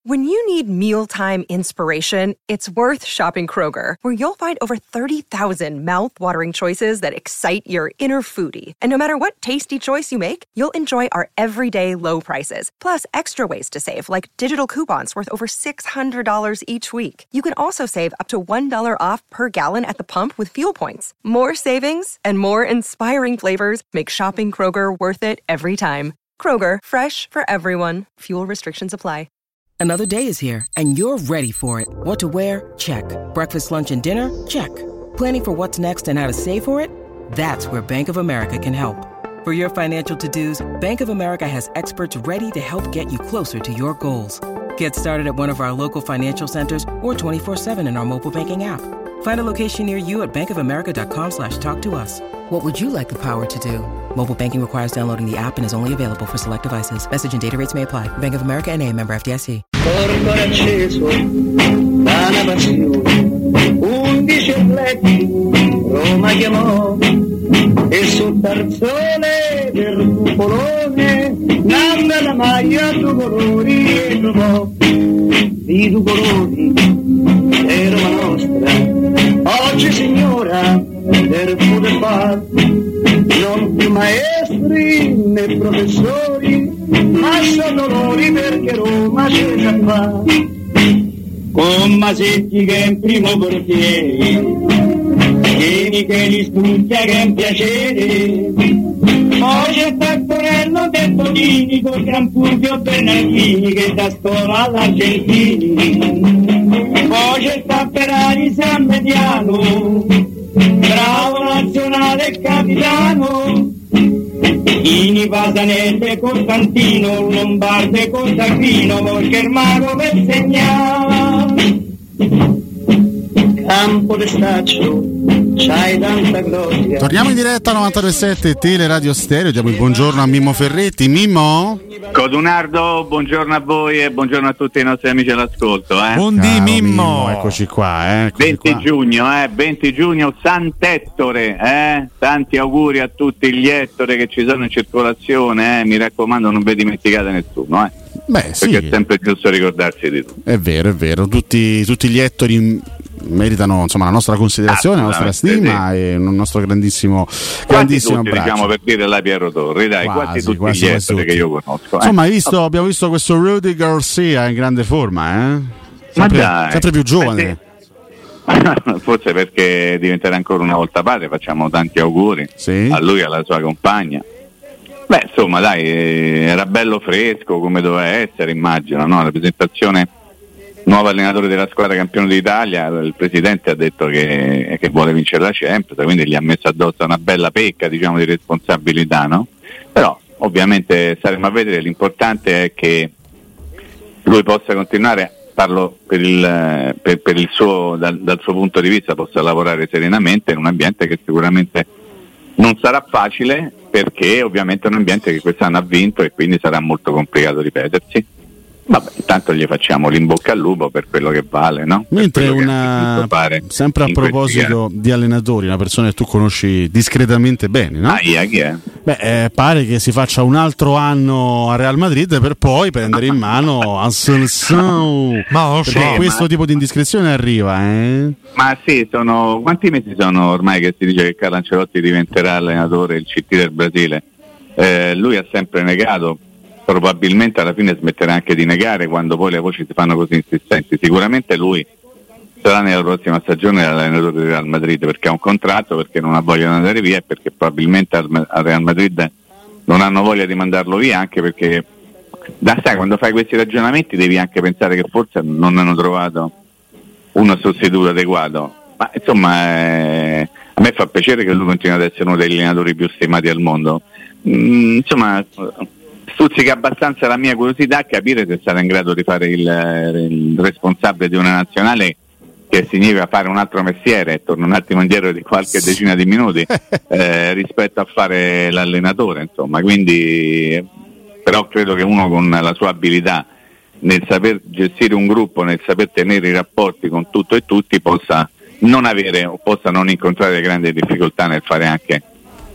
When you need mealtime inspiration, it's worth shopping Kroger, where you'll find over 30,000 mouth-watering choices that excite your inner foodie. And no matter what tasty choice you make, you'll enjoy our everyday low prices, plus extra ways to save, like digital coupons worth over $600 each week. You can also save up to $1 off per gallon at the pump with fuel points. More savings and more inspiring flavors make shopping Kroger worth it every time. Kroger, fresh for everyone. Fuel restrictions apply. Another day is here, and you're ready for it. What to wear? Check. Breakfast, lunch, and dinner? Check. Planning for what's next and how to save for it? That's where Bank of America can help. For your financial to-dos, Bank of America has experts ready to help get you closer to your goals. Get started at one of our local financial centers or 24/7 in our mobile banking app. Find a location near you at bankofamerica.com/talktous. What would you like the power to do? Mobile banking requires downloading the app and is only available for select devices. Message and data rates may apply. Bank of America N.A., member FDIC. Corpo acceso da una passione, 11 atleti Roma chiamò e sul tarzone del cupolone nanda la maglia a due colori e trovò di due colori è Roma nostra. Oggi signora del poter far non più maestri né professori, ma sono dolori perché Roma c'è già fa. Con Masetti che è in primo portiere, Tieni che li studia che è un piacere. Poi c'è Tacquarello Bertolini con Gran Fulvio Bernardini che da scuola all'Argentini. Poi c'è Tapperari San Mediano, bravo nazionale e capitano. Ini Pasanese Costantino, Lombarde Costantino, perché il mago per segnare. Campo d'Estaccio, c'hai tanta gloria. Torniamo in diretta a 92.7 Teleradio Stereo, diamo il buongiorno a Mimmo Ferretti. Mimmo? Codunardo, buongiorno a voi e buongiorno a tutti i nostri amici all'ascolto. Buondì Mimmo. Eccoci qua. 20 giugno, Sant'Ettore, tanti auguri a tutti gli Ettore che ci sono in circolazione, mi raccomando non vi dimenticate nessuno. Beh, sì. Perché è sempre giusto ricordarsi di tutto. È vero, tutti gli Ettori meritano insomma la nostra considerazione, la nostra stima, sì. E un nostro grandissimo tutti, abbraccio. Diciamo, per dire la Piero Torri, dai, quasi tutti gli Ettori che io conosco. Insomma, abbiamo visto questo Rudy Garcia in grande forma, sempre più giovane. Forse perché diventerà ancora una volta padre, facciamo tanti auguri, sì, a lui e alla sua compagna. Beh, insomma, dai, era bello fresco come doveva essere, immagino, no? La presentazione, nuovo allenatore della squadra campione d'Italia, il presidente ha detto che vuole vincere la Champions, quindi gli ha messo addosso una bella pecca, diciamo, di responsabilità, no? Però ovviamente staremo a vedere, l'importante è che lui possa continuare, parlo per il suo, dal suo punto di vista, possa lavorare serenamente in un ambiente che sicuramente non sarà facile, perché ovviamente è un ambiente che quest'anno ha vinto e quindi sarà molto complicato ripetersi. Vabbè, intanto gli facciamo l'in bocca al lupo per quello che vale, no? Mentre sempre a proposito di allenatori, una persona che tu conosci discretamente bene, no? Chi è? Beh, pare che si faccia un altro anno a Real Madrid per poi prendere in mano Assunção. Questo tipo di indiscrezione arriva, Ma sì, quanti mesi sono ormai che si dice che Carlo Ancelotti diventerà allenatore del CT del Brasile? Lui ha sempre negato. Probabilmente alla fine smetterà anche di negare quando poi le voci si fanno così insistenti. Sicuramente lui sarà nella prossima stagione l'allenatore del Real Madrid, perché ha un contratto, perché non ha voglia di andare via e perché probabilmente al Real Madrid non hanno voglia di mandarlo via, anche perché sai, quando fai questi ragionamenti devi anche pensare che forse non hanno trovato uno sostituto adeguato. Ma insomma a me fa piacere che lui continui ad essere uno degli allenatori più stimati al mondo. Insomma, stuzzica abbastanza la mia curiosità a capire se sarà in grado di fare il responsabile di una nazionale, che significa fare un altro mestiere, torno un attimo indietro di qualche decina di minuti rispetto a fare l'allenatore, insomma. Quindi però credo che uno con la sua abilità nel saper gestire un gruppo, nel saper tenere i rapporti con tutto e tutti, possa non avere o possa non incontrare grandi difficoltà nel fare anche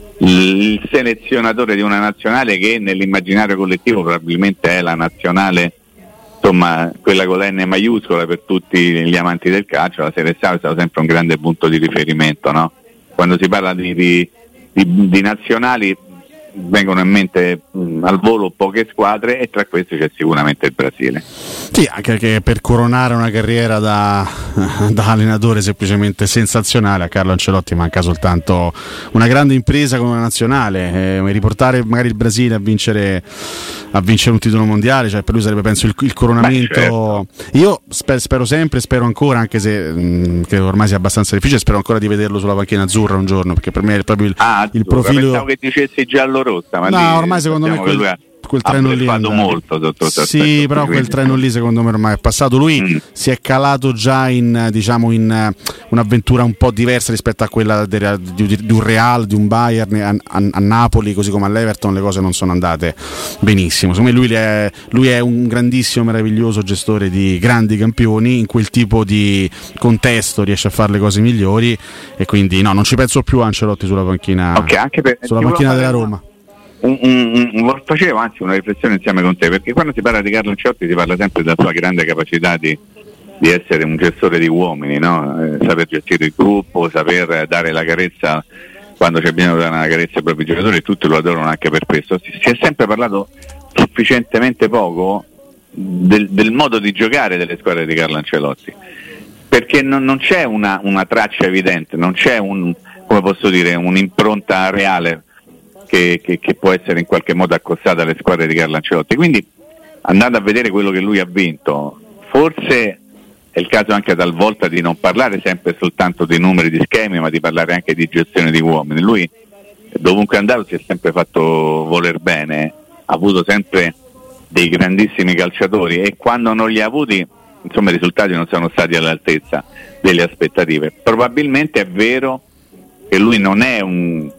il selezionatore di una nazionale che nell'immaginario collettivo probabilmente è la nazionale insomma quella con la N maiuscola per tutti gli amanti del calcio, la Selezione è stato sempre un grande punto di riferimento, no? Quando si parla di nazionali vengono in mente al volo poche squadre e tra queste c'è sicuramente il Brasile. Sì, anche che per coronare una carriera da allenatore semplicemente sensazionale a Carlo Ancelotti manca soltanto una grande impresa con una nazionale, riportare magari il Brasile a vincere un titolo mondiale, cioè per lui sarebbe penso il coronamento. Certo. Io spero sempre, spero ancora, anche se credo ormai sia abbastanza difficile, spero ancora di vederlo sulla panchina azzurra un giorno, perché per me è proprio il profilo. Pensavo che dicessi giallo-rossa, ma no, ormai secondo me quel treno lì molto sotto sì, però quel treno lì secondo me ormai è passato. Lui si è calato già in un'avventura un po' diversa rispetto a quella di un Real, di un Bayern a Napoli, così come all'Everton le cose non sono andate benissimo. Secondo me lui è un grandissimo, meraviglioso gestore di grandi campioni, in quel tipo di contesto riesce a fare le cose migliori e quindi no, non ci penso più a Ancelotti sulla panchina, sulla panchina della Roma. Facevo anzi una riflessione insieme con te, perché quando si parla di Carlo Ancelotti si parla sempre della sua grande capacità di essere un gestore di uomini, no? Saper gestire il gruppo, saper dare la carezza quando c'è bisogno di dare una carezza ai propri giocatori, e tutti lo adorano anche per questo. Si è sempre parlato sufficientemente poco del modo di giocare delle squadre di Carlo Ancelotti, perché non c'è una traccia evidente, non c'è un'impronta reale che può essere in qualche modo accostata alle squadre di Carlo Ancelotti. Quindi andando a vedere quello che lui ha vinto, forse è il caso anche talvolta di non parlare sempre soltanto di numeri, di schemi, ma di parlare anche di gestione di uomini. Lui dovunque è andato si è sempre fatto voler bene, ha avuto sempre dei grandissimi calciatori e quando non li ha avuti, insomma, i risultati non sono stati all'altezza delle aspettative. Probabilmente è vero che lui non è un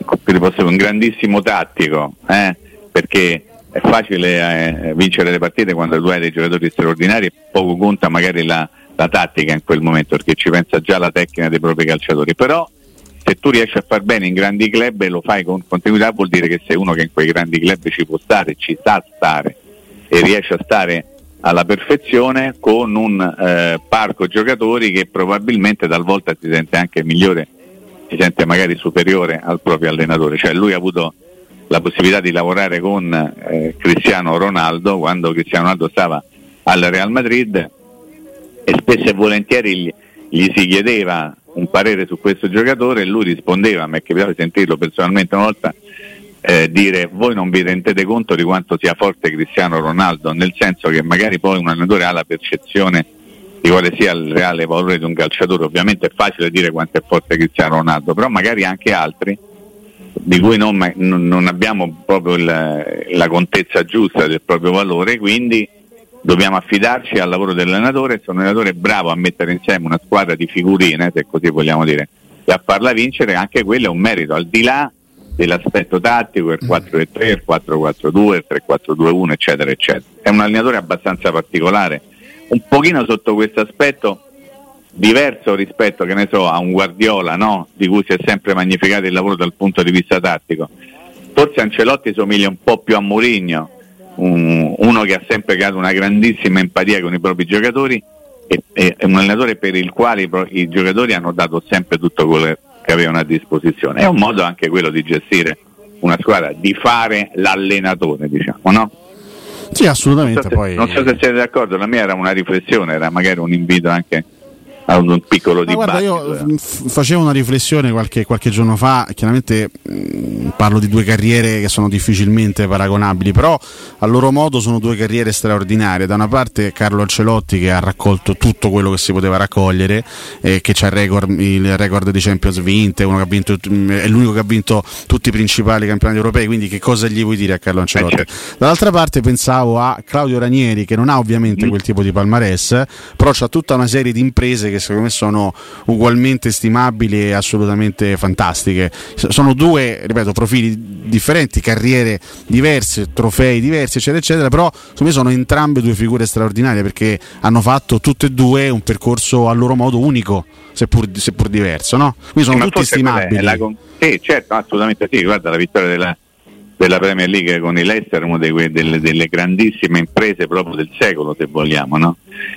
grandissimo tattico, perché è facile vincere le partite quando tu hai dei giocatori straordinari e poco conta magari la tattica in quel momento, perché ci pensa già la tecnica dei propri calciatori. Però se tu riesci a far bene in grandi club e lo fai con continuità, vuol dire che sei uno che in quei grandi club ci può stare, ci sa stare e riesce a stare alla perfezione con un parco giocatori che probabilmente talvolta si sente anche migliore, si sente magari superiore al proprio allenatore. Cioè lui ha avuto la possibilità di lavorare con Cristiano Ronaldo quando Cristiano Ronaldo stava al Real Madrid e spesso e volentieri gli si chiedeva un parere su questo giocatore e lui rispondeva, mi è capitato di sentirlo personalmente una volta dire: voi non vi rendete conto di quanto sia forte Cristiano Ronaldo, nel senso che magari poi un allenatore ha la percezione di quale sia il reale valore di un calciatore. Ovviamente è facile dire quanto è forte Cristiano Ronaldo, però magari anche altri di cui non abbiamo proprio la contezza giusta del proprio valore, quindi dobbiamo affidarci al lavoro dell'allenatore. Se un allenatore è bravo a mettere insieme una squadra di figurine, se così vogliamo dire, e a farla vincere, anche quello è un merito, al di là dell'aspetto tattico, il 4-3, il 4-4-2, il 3-4-2-1, eccetera eccetera. È un allenatore abbastanza particolare, un pochino sotto questo aspetto diverso rispetto, che ne so, a un Guardiola, no? Di cui si è sempre magnificato il lavoro dal punto di vista tattico. Forse Ancelotti somiglia un po' più a Mourinho, uno che ha sempre creato una grandissima empatia con i propri giocatori e un allenatore per il quale i giocatori hanno dato sempre tutto quello che avevano a disposizione. È un modo anche quello di gestire una squadra, di fare l'allenatore, diciamo, no? Sì, assolutamente. Non so se siete d'accordo, la mia era una riflessione, era magari un invito anche a un piccolo dibattito. Guarda, io facevo una riflessione qualche giorno fa, chiaramente parlo di due carriere che sono difficilmente paragonabili, però a loro modo sono due carriere straordinarie. Da una parte Carlo Ancelotti, che ha raccolto tutto quello che si poteva raccogliere, che c'ha il record di Champions vinte, uno che ha vinto, è l'unico che ha vinto tutti i principali campionati europei, quindi che cosa gli vuoi dire a Carlo Ancelotti? Certo. Dall'altra parte pensavo a Claudio Ranieri, che non ha ovviamente quel tipo di palmarès, però c'ha tutta una serie di imprese che secondo me sono ugualmente stimabili e assolutamente fantastiche. Sono due, ripeto, profili differenti, carriere diverse, trofei diversi, eccetera eccetera, però secondo me sono entrambe due figure straordinarie, perché hanno fatto tutte e due un percorso a loro modo unico, seppur diverso, no? Quindi sono tutti stimabili. Sì, certo, assolutamente sì. Guarda, la vittoria della Premier League con il Leicester, una delle grandissime imprese proprio del secolo, se vogliamo, no?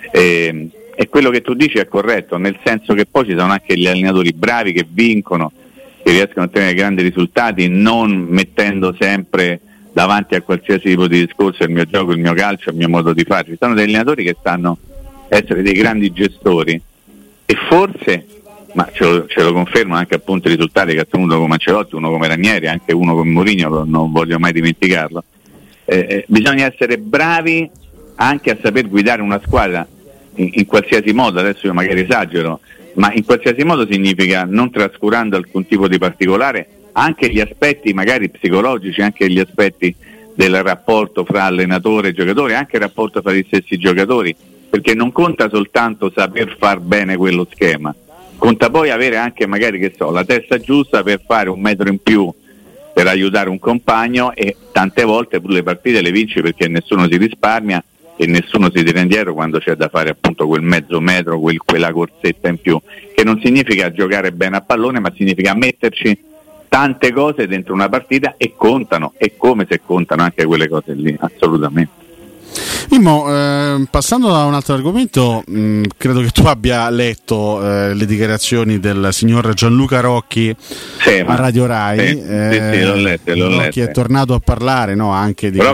E quello che tu dici è corretto, nel senso che poi ci sono anche gli allenatori bravi che vincono, che riescono a ottenere grandi risultati, non mettendo sempre davanti a qualsiasi tipo di discorso il mio gioco, il mio calcio, il mio modo di fare. Ci sono degli allenatori che stanno a essere dei grandi gestori e forse, ma ce lo confermano anche appunto i risultati che ha ottenuto come Ancelotti, uno come Ranieri, anche uno come Mourinho, non voglio mai dimenticarlo. Bisogna essere bravi anche a saper guidare una squadra in qualsiasi modo. Adesso io magari esagero, ma in qualsiasi modo significa non trascurando alcun tipo di particolare, anche gli aspetti magari psicologici, anche gli aspetti del rapporto fra allenatore e giocatore, anche il rapporto fra gli stessi giocatori, perché non conta soltanto saper far bene quello schema, conta poi avere anche magari, che so, la testa giusta per fare un metro in più per aiutare un compagno, e tante volte pure le partite le vinci perché nessuno si risparmia e nessuno si tira indietro quando c'è da fare appunto quel mezzo metro, quella corsetta in più, che non significa giocare bene a pallone, ma significa metterci tante cose dentro una partita, e contano, e come se contano anche quelle cose lì, assolutamente. Mimmo, passando da un altro argomento, credo che tu abbia letto le dichiarazioni del signor Gianluca Rocchi a Radio Rai. Sì, l'ho letto. Che è tornato a parlare, no, anche di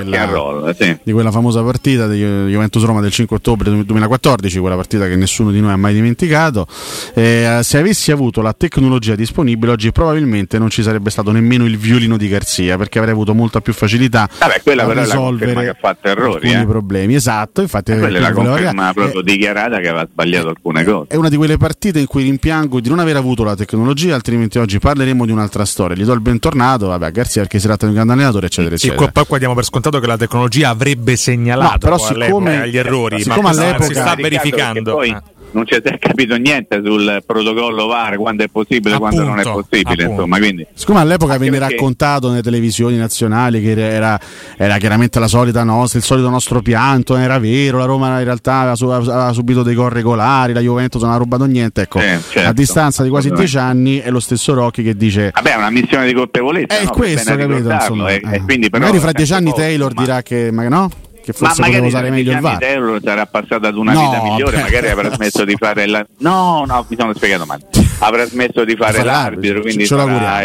di quella famosa partita di Juventus-Roma del 5 ottobre 2014, quella partita che nessuno di noi ha mai dimenticato. Se avessi avuto la tecnologia disponibile oggi probabilmente non ci sarebbe stato nemmeno il violino di Garzia, perché avrei avuto molta più facilità quella a però risolvere è la che ha fatto errori, problemi. Esatto, infatti quella è la conferma proprio dichiarata che aveva sbagliato alcune cose. È una di quelle partite in cui rimpiango di non aver avuto la tecnologia, altrimenti oggi parleremo di un'altra storia. Gli do il bentornato, a Garzia, perché si tratta di un grande allenatore, eccetera, eccetera. Poi qua diamo per scontato che la tecnologia avrebbe segnalato, però siccome agli errori, siccome ma all'epoca si sta verificando. Poi non ci si è capito niente sul protocollo VAR, quando è possibile e quando non è possibile, insomma, quindi siccome all'epoca venne raccontato nelle televisioni nazionali che era chiaramente la solita nostra, il solito nostro pianto, non era vero, la Roma in realtà aveva subito dei gol regolari, la Juventus non ha rubato niente, ecco, certo, a distanza di quasi 10 anni è lo stesso Rocchi che dice vabbè, è una missione di colpevolezza, è questo, capito, insomma, quindi però magari fra 10 anni Taylor dirà che no? Che forse poteva usare meglio il VAR. Taylor sarà passato ad una vita migliore, magari avrà smesso di fare no, mi sono spiegato male. Avrà smesso di fare l'arbitro, quindi sarà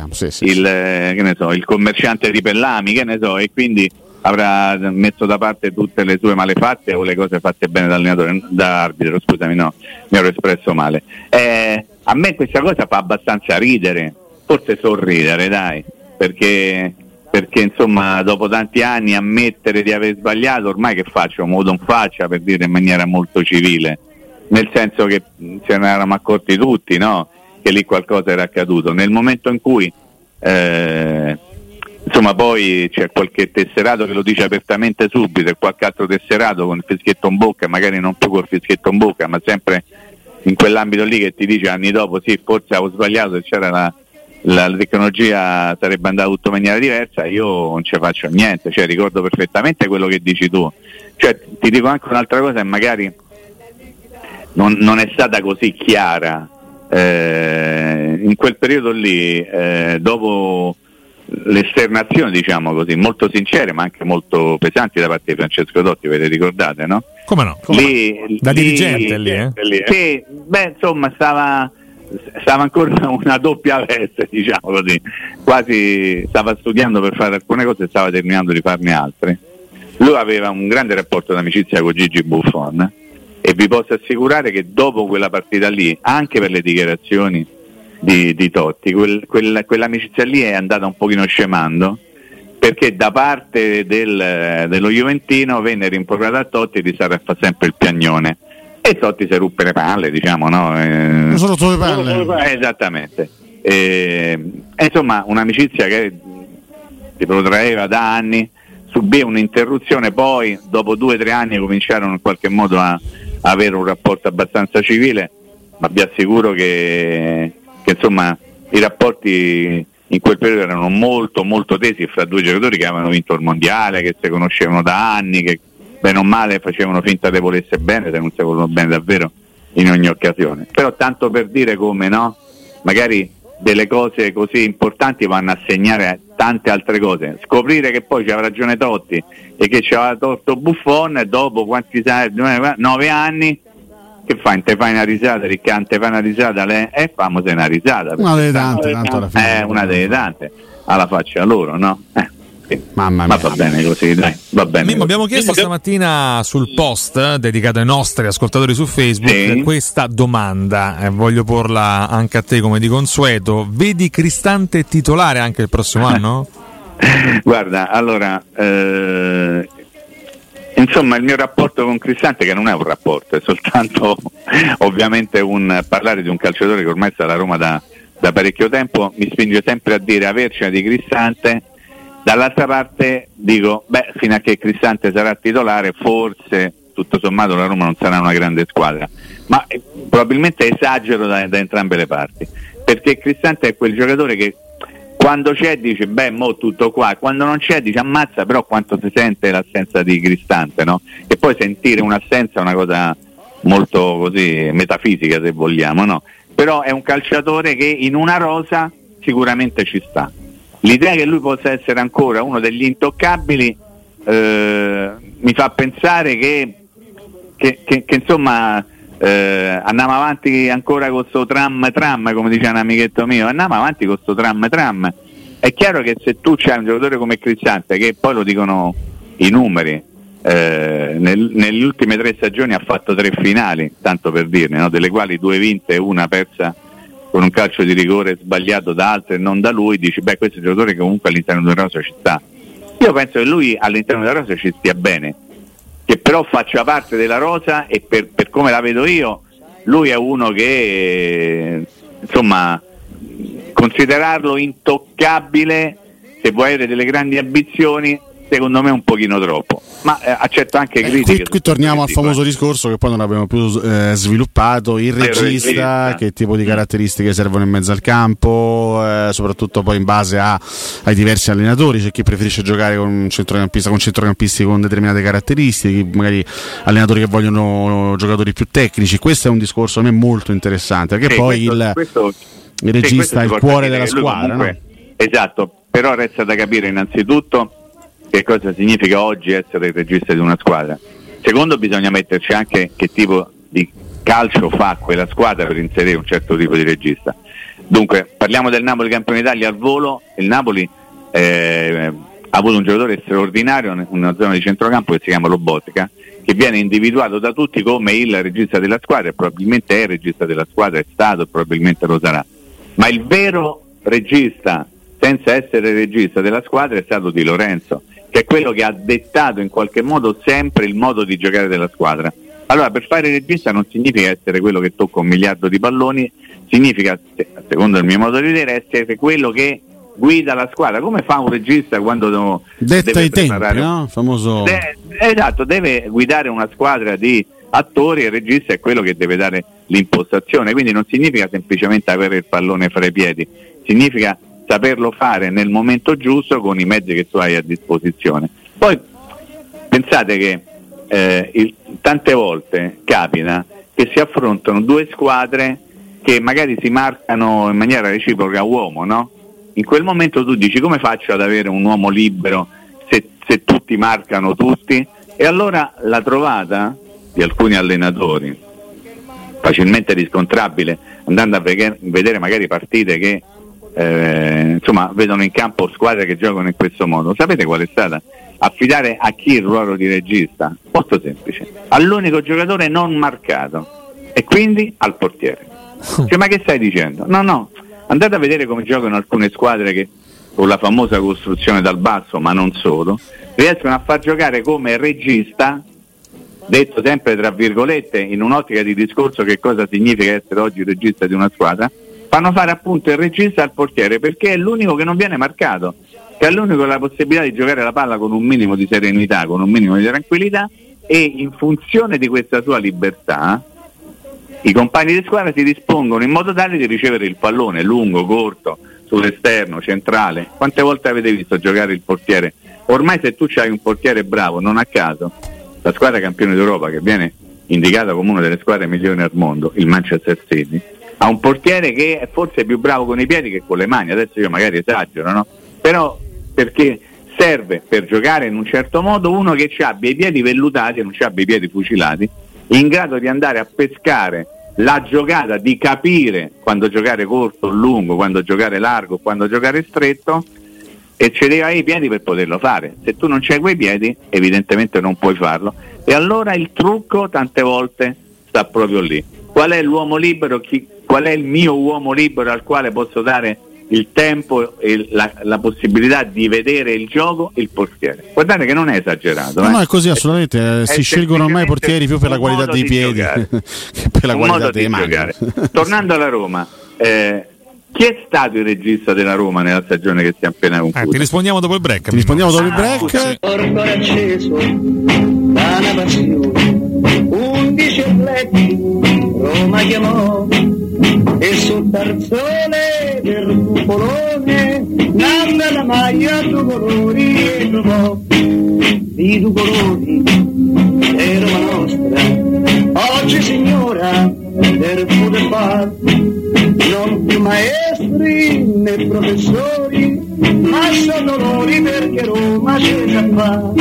il commerciante di Pellami, che ne so, e quindi avrà messo da parte tutte le sue malefatte o le cose fatte bene da arbitro, scusami, no, mi ero espresso male. A me questa cosa fa abbastanza ridere, forse sorridere, dai, perché insomma dopo tanti anni ammettere di aver sbagliato, ormai che faccio? Modo in faccia, per dire in maniera molto civile, nel senso che ce ne eravamo accorti tutti, no? Che lì qualcosa era accaduto. Nel momento in cui insomma poi c'è qualche tesserato che lo dice apertamente subito e qualche altro tesserato con il fischietto in bocca, magari non più col fischietto in bocca, ma sempre in quell'ambito lì, che ti dice anni dopo sì, forse avevo sbagliato e c'era la tecnologia, sarebbe andata tutto in maniera diversa, io non ci faccio niente, cioè ricordo perfettamente quello che dici tu. Cioè ti dico anche un'altra cosa che magari non è stata così chiara, in quel periodo lì, dopo le esternazioni, diciamo così, molto sincere ma anche molto pesanti da parte di Francesco Totti, ve le ricordate, no? Come no? Da dirigente lì. Sì, insomma stava ancora una doppia veste, diciamo così, quasi stava studiando per fare alcune cose e stava terminando di farne altre. Lui aveva un grande rapporto d'amicizia con Gigi Buffon, e vi posso assicurare che dopo quella partita lì, anche per le dichiarazioni di Totti, quell'amicizia lì è andata un pochino scemando, perché da parte dello Juventino venne rimproverata a Totti di stare a fare sempre il piagnone, e Totti si ruppe le palle, diciamo, no? Non sono solo le palle. Esattamente. Insomma, un'amicizia che si protraeva da anni, subì un'interruzione, poi dopo 2 o 3 anni cominciarono in qualche modo a avere un rapporto abbastanza civile, ma vi assicuro che insomma i rapporti in quel periodo erano molto molto tesi fra 2 giocatori che avevano vinto il mondiale, che si conoscevano da anni, che bene o male facevano finta di volesse bene, se non si volevano bene davvero in ogni occasione. Però tanto per dire come, no, magari delle cose così importanti vanno a segnare tante altre cose. Scoprire che poi c'aveva ragione Totti e che c'aveva torto Buffon dopo 9 anni, che fai? Te fai una risata, Riccante, fai una risata, famo una risata. Una delle tante, tanto alla fine. Una delle tante, alla faccia loro, no? Mamma mia. Ma va bene così, dai, va bene. Mimmo, abbiamo chiesto stamattina sul post dedicato ai nostri ascoltatori su Facebook questa domanda, voglio porla anche a te come di consueto. Vedi Cristante titolare anche il prossimo anno? Guarda, allora insomma il mio rapporto con Cristante, che non è un rapporto, è soltanto ovviamente parlare di un calciatore che ormai sta alla Roma da parecchio tempo, mi spinge sempre a dire avercene di Cristante. Dall'altra parte dico, fino a che Cristante sarà titolare forse tutto sommato la Roma non sarà una grande squadra, ma probabilmente esagero da entrambe le parti, perché Cristante è quel giocatore che quando c'è dice mo tutto qua, quando non c'è dice ammazza, però quanto si sente l'assenza di Cristante, no? E poi sentire un'assenza è una cosa molto così metafisica, se vogliamo, no? Però è un calciatore che in una rosa sicuramente ci sta. L'idea che lui possa essere ancora uno degli intoccabili mi fa pensare che insomma andiamo avanti ancora con sto tram, come dice un amichetto mio, andiamo avanti con sto tram. È chiaro che se tu c'hai un giocatore come Cristante, che poi lo dicono i numeri, nelle ultime 3 stagioni ha fatto 3 finali, tanto per dirne, no? Delle quali 2 vinte e una persa con un calcio di rigore sbagliato da altri e non da lui, dici questo è un giocatore che comunque all'interno della rosa ci sta. Io penso che lui all'interno della rosa ci stia bene, che però faccia parte della rosa, e per come la vedo io lui è uno che insomma considerarlo intoccabile, se vuoi avere delle grandi ambizioni, secondo me è un pochino troppo, ma accetto anche critiche. Qui torniamo al famoso discorso che poi non abbiamo più sviluppato, il regista, che tipo di caratteristiche servono in mezzo al campo, soprattutto poi in base ai diversi allenatori. C'è chi preferisce giocare con centrocampisti con determinate caratteristiche, magari allenatori che vogliono giocatori più tecnici. Questo è un discorso a me molto interessante, perché poi il regista è il cuore della squadra, comunque, no? Esatto, però resta da capire innanzitutto che cosa significa oggi essere il regista di una squadra. Secondo, bisogna metterci anche che tipo di calcio fa quella squadra per inserire un certo tipo di regista. Dunque, parliamo del Napoli campione d'Italia al volo. Il Napoli ha avuto un giocatore straordinario in una zona di centrocampo che si chiama Lobotka, che viene individuato da tutti come il regista della squadra, e probabilmente è il regista della squadra, è stato e probabilmente lo sarà. Ma il vero regista, senza essere regista della squadra, è stato Di Lorenzo, che è quello che ha dettato in qualche modo sempre il modo di giocare della squadra. Allora, per fare il regista non significa essere quello che tocca 1 miliardo di palloni, significa, secondo il mio modo di vedere, essere quello che guida la squadra, come fa un regista quando detta i tempi, no? Famoso. Esatto, deve guidare una squadra di attori, e il regista è quello che deve dare l'impostazione, quindi non significa semplicemente avere il pallone fra i piedi, significa saperlo fare nel momento giusto con i mezzi che tu hai a disposizione. Poi pensate che tante volte capita che si affrontano 2 squadre che magari si marcano in maniera reciproca uomo, no? In quel momento tu dici: come faccio ad avere un uomo libero se tutti marcano tutti? E allora la trovata di alcuni allenatori, facilmente riscontrabile andando a vedere magari partite che insomma vedono in campo squadre che giocano in questo modo, sapete qual è stata? Affidare a chi il ruolo di regista? Molto semplice, all'unico giocatore non marcato, e quindi al portiere. Cioè, ma che stai dicendo? No, andate a vedere come giocano alcune squadre che con la famosa costruzione dal basso, ma non solo, riescono a far giocare come regista, detto sempre tra virgolette in un'ottica di discorso che cosa significa essere oggi regista di una squadra. Fanno fare appunto il regista al portiere, perché è l'unico che non viene marcato, che è l'unico che ha la possibilità di giocare la palla con un minimo di serenità, con un minimo di tranquillità, e in funzione di questa sua libertà i compagni di squadra si dispongono in modo tale di ricevere il pallone lungo, corto, sull'esterno, centrale. Quante volte avete visto giocare il portiere? Ormai se tu c'hai un portiere bravo, non a caso la squadra campione d'Europa, che viene indicata come una delle squadre migliori al mondo, il Manchester City, ha un portiere che è forse più bravo con i piedi che con le mani. Adesso io magari esagero, no? Però perché serve per giocare in un certo modo uno che abbia i piedi vellutati e non abbia i piedi fucilati, in grado di andare a pescare la giocata, di capire quando giocare corto o lungo, quando giocare largo, quando giocare stretto, e ce li hai i piedi per poterlo fare. Se tu non c'hai quei piedi, evidentemente non puoi farlo, e allora il trucco tante volte sta proprio lì. Qual è l'uomo libero? Qual è il mio uomo libero al quale posso dare il tempo e la possibilità di vedere il gioco? Il portiere. Guardate che non è esagerato. No, è così, assolutamente. Si scelgono ormai i portieri più per la qualità dei piedi che per la qualità dei mani. Tornando alla Roma, chi è stato il regista della Roma nella stagione che si è appena conclusa? Ti rispondiamo dopo il break. Corpo acceso da una passione, 11 atleti Roma chiamò, e sul tarzone del cupolone nanna la maglia due colori e trovò i due colori è Roma nostra. Oggi signora del football, non più maestri né professori, ma sono dolori perché Roma c'è già fa.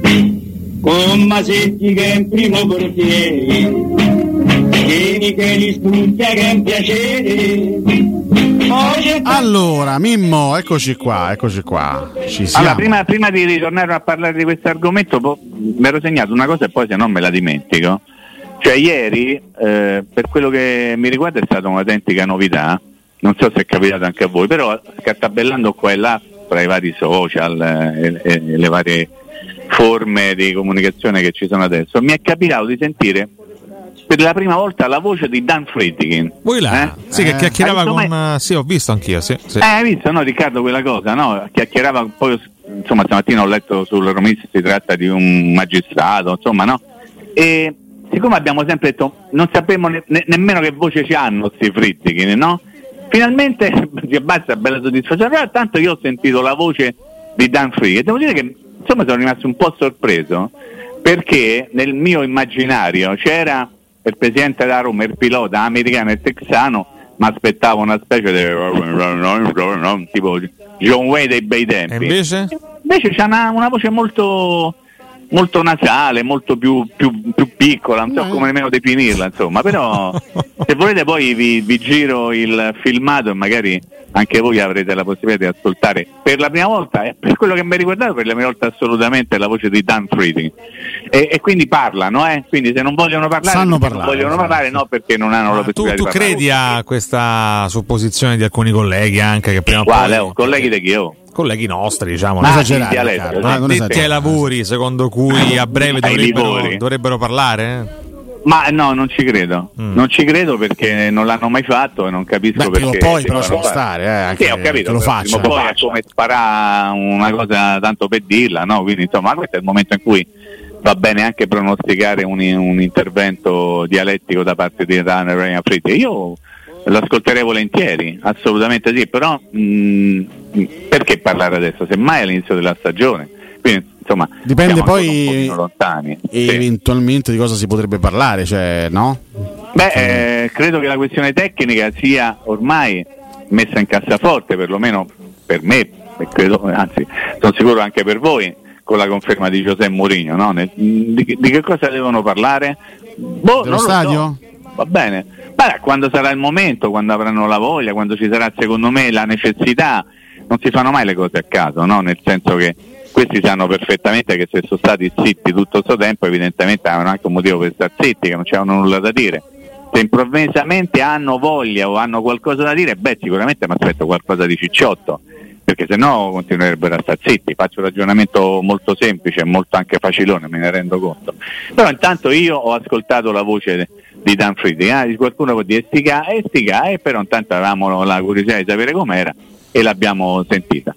Con Masetti che è in primo portiere, tieni che li studia che è un piacere. Allora Mimmo, eccoci qua. Ci siamo. Allora, prima di ritornare a parlare di questo argomento, mi ero segnato una cosa e poi se no me la dimentico. Cioè ieri, per quello che mi riguarda, è stata un'autentica novità, non so se è capitato anche a voi, però scartabellando qua e là tra i vari social e le varie forme di comunicazione che ci sono adesso, mi è capitato di sentire per la prima volta la voce di Dan Friedkin. Voi là? Sì, che chiacchierava con... Sì, ho visto anch'io, sì. Hai visto, no, Riccardo, quella cosa, no? Chiacchierava, poi insomma stamattina ho letto sul Romista, si tratta di un magistrato, insomma, no? E siccome abbiamo sempre detto, non sappiamo nemmeno che voce ci hanno sti Friedkin, no? Finalmente si abbassa, bella soddisfazione, però tanto io ho sentito la voce di Dan Friedkin, devo dire che insomma sono rimasto un po' sorpreso, perché nel mio immaginario c'era il presidente della Roma, il pilota americano e texano, ma aspettavo una specie di tipo John Wayne dei bei tempi. E invece c'ha una voce molto nasale, molto più piccola, non so come nemmeno definirla, insomma, però se volete poi vi giro il filmato e magari anche voi avrete la possibilità di ascoltare per la prima volta, per quello che mi riguardava, per la prima volta assolutamente la voce di Dan Friedkin, e quindi parlano, quindi se non vogliono parlare, non vogliono parlare, no, perché non hanno la possibilità di parlare. Tu credi a questa supposizione di alcuni colleghi anche che prima o poi... colleghi di chi ho? Colleghi nostri, diciamo, non esagerare, detti ai lavori, secondo cui a breve dovrebbero parlare? Ma no, non ci credo. Non ci credo perché non l'hanno mai fatto e non capisco perché. Poi però ci può stare, anche sì, ho capito, che lo faccia. Poi è come sparare una cosa tanto per dirla, no? Quindi insomma, questo è il momento in cui va bene anche pronosticare un intervento dialettico da parte di Dan Friedkin. Io l'ascolterei volentieri, assolutamente sì, però perché parlare adesso? Semmai all'inizio della stagione. Quindi insomma dipende poi lontani, eventualmente di cosa si potrebbe parlare, cioè, no? Credo che la questione tecnica sia ormai messa in cassaforte, perlomeno per me, e credo, anzi sono sicuro anche per voi, con la conferma di José Mourinho, no? Di che cosa devono parlare? Dello stadio? So. Va bene, ma quando sarà il momento, quando avranno la voglia, quando ci sarà secondo me la necessità, non si fanno mai le cose a caso, no? Nel senso che questi sanno perfettamente che se sono stati zitti tutto questo tempo, evidentemente avevano anche un motivo per stare zitti, che non c'erano nulla da dire. Se improvvisamente hanno voglia o hanno qualcosa da dire, sicuramente mi aspetto qualcosa di cicciotto, perché se no continuerebbero a stare zitti. Faccio un ragionamento molto semplice, molto anche facilone, me ne rendo conto. Però intanto io ho ascoltato la voce di Dan Friedkin, qualcuno può dire stica, però intanto avevamo la curiosità di sapere com'era e l'abbiamo sentita.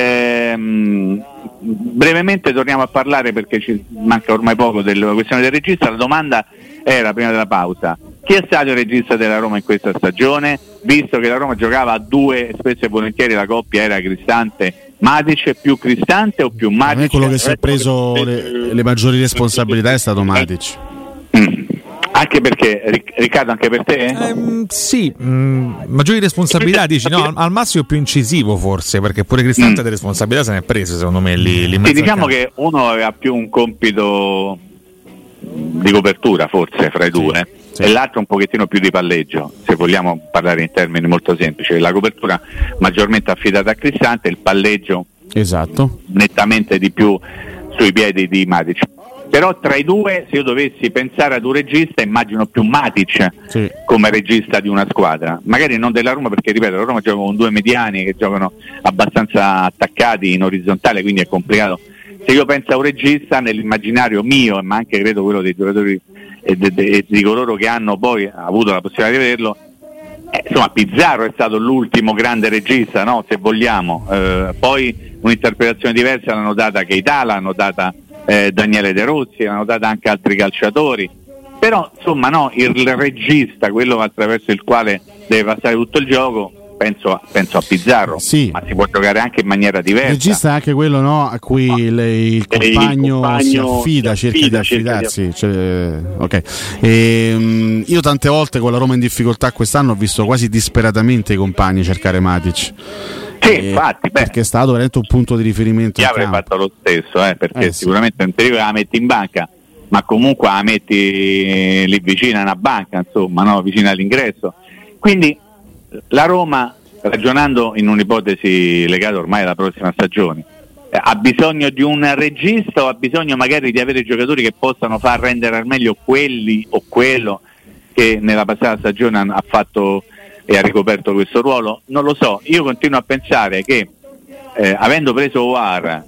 Brevemente torniamo a parlare, perché ci manca ormai poco, della questione del regista. La domanda era prima della pausa: chi è stato il regista della Roma in questa stagione, visto che la Roma giocava a due, spesso e volentieri la coppia era Cristante-Matic, più Cristante o più Matic? A me quello che si è preso le maggiori responsabilità è stato Matic. Anche perché, Riccardo, anche per te? Sì, maggiori responsabilità, dici, no, al massimo più incisivo forse, perché pure Cristante delle responsabilità se ne è prese, secondo me, lì in mezzo. Sì, diciamo che uno aveva più un compito di copertura forse fra i due, e l'altro un pochettino più di palleggio, se vogliamo parlare in termini molto semplici. La copertura maggiormente affidata a Cristante, il palleggio nettamente di più sui piedi di Matic. Però tra i due, se io dovessi pensare ad un regista, immagino più Matic come regista di una squadra, magari non della Roma, perché ripeto, la Roma gioca con due mediani che giocano abbastanza attaccati in orizzontale, quindi è complicato. Se io penso a un regista, nell'immaginario mio, ma anche credo quello dei giocatori e di coloro che hanno poi avuto la possibilità di vederlo, insomma Pizarro è stato l'ultimo grande regista, no? Se vogliamo, poi un'interpretazione diversa l'hanno data Keita, l'hanno data Daniele De Rossi, l'hanno data anche altri calciatori, però insomma no, il regista, quello attraverso il quale deve passare tutto il gioco, penso a Pizarro, ma si può giocare anche in maniera diversa. Il regista è anche quello, no, a cui il compagno si affida, cerca di affidarsi. Io tante volte con la Roma in difficoltà quest'anno ho visto quasi disperatamente i compagni cercare Matic. Sì, infatti, perché è stato veramente un punto di riferimento. Io avrei fatto lo stesso, perché sicuramente in periodo la metti in banca, ma comunque la metti lì vicino a una banca, insomma, no? Vicino all'ingresso. Quindi la Roma, ragionando in un'ipotesi legata ormai alla prossima stagione, ha bisogno di un regista o ha bisogno magari di avere giocatori che possano far rendere al meglio quelli o quello che nella passata stagione ha fatto e ha ricoperto questo ruolo? Non lo so, io continuo a pensare che avendo preso Aouar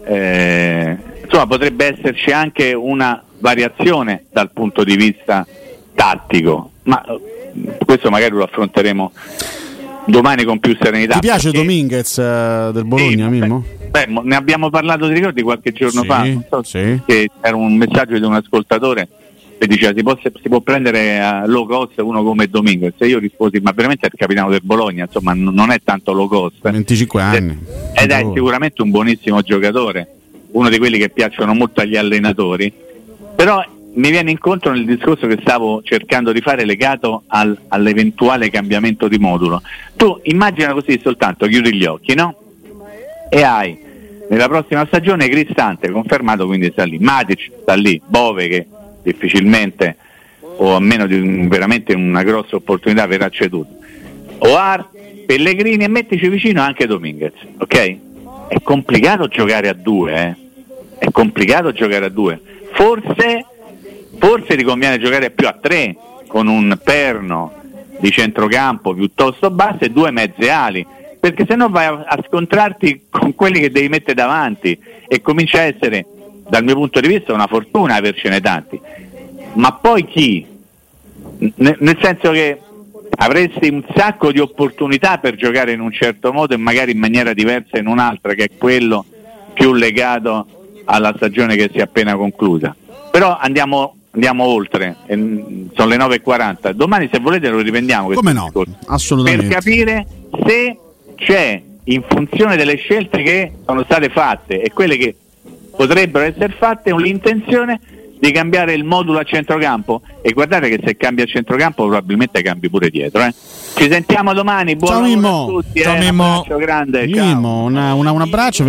insomma potrebbe esserci anche una variazione dal punto di vista tattico, ma questo magari lo affronteremo domani con più serenità. Ti piace Dominguez del Bologna, Mimmo? Ne abbiamo parlato, ti ricordi, qualche giorno fa, non so, che era un messaggio di un ascoltatore che diceva si può prendere a low cost uno come Dominguez, e io risposi ma veramente è il capitano del Bologna, insomma non è tanto low cost, 25 anni ed è sicuramente un buonissimo giocatore, uno di quelli che piacciono molto agli allenatori, però mi viene incontro nel discorso che stavo cercando di fare legato all'eventuale cambiamento di modulo. Tu immagina così soltanto, chiudi gli occhi, no? E hai nella prossima stagione Cristante confermato, quindi sta lì, Matic sta lì, Bove che difficilmente o a meno di veramente una grossa opportunità verrà ceduto, Aouar, Pellegrini, e mettici vicino anche Dominguez, ok? È complicato giocare a due, è complicato giocare a due, forse ti conviene giocare più a tre, con un perno di centrocampo piuttosto basso e due mezze ali, perché se no vai a scontrarti con quelli che devi mettere davanti e comincia a essere, dal mio punto di vista, una fortuna avercene tanti. Ma poi chi? Nel senso che avresti un sacco di opportunità per giocare in un certo modo e magari in maniera diversa in un'altra, che è quello più legato alla stagione che si è appena conclusa. Però andiamo oltre, sono le 9:40, domani se volete lo riprendiamo questo discorso, assolutamente, per capire se c'è, in funzione delle scelte che sono state fatte e quelle che potrebbero essere fatte, l'intenzione di cambiare il modulo a centrocampo, e guardate che se cambia a centrocampo probabilmente cambi pure dietro. Ci sentiamo domani, buon lavoro a tutti, ciao Mimmo. Un abbraccio grande, Mimmo, ciao. Un abbraccio.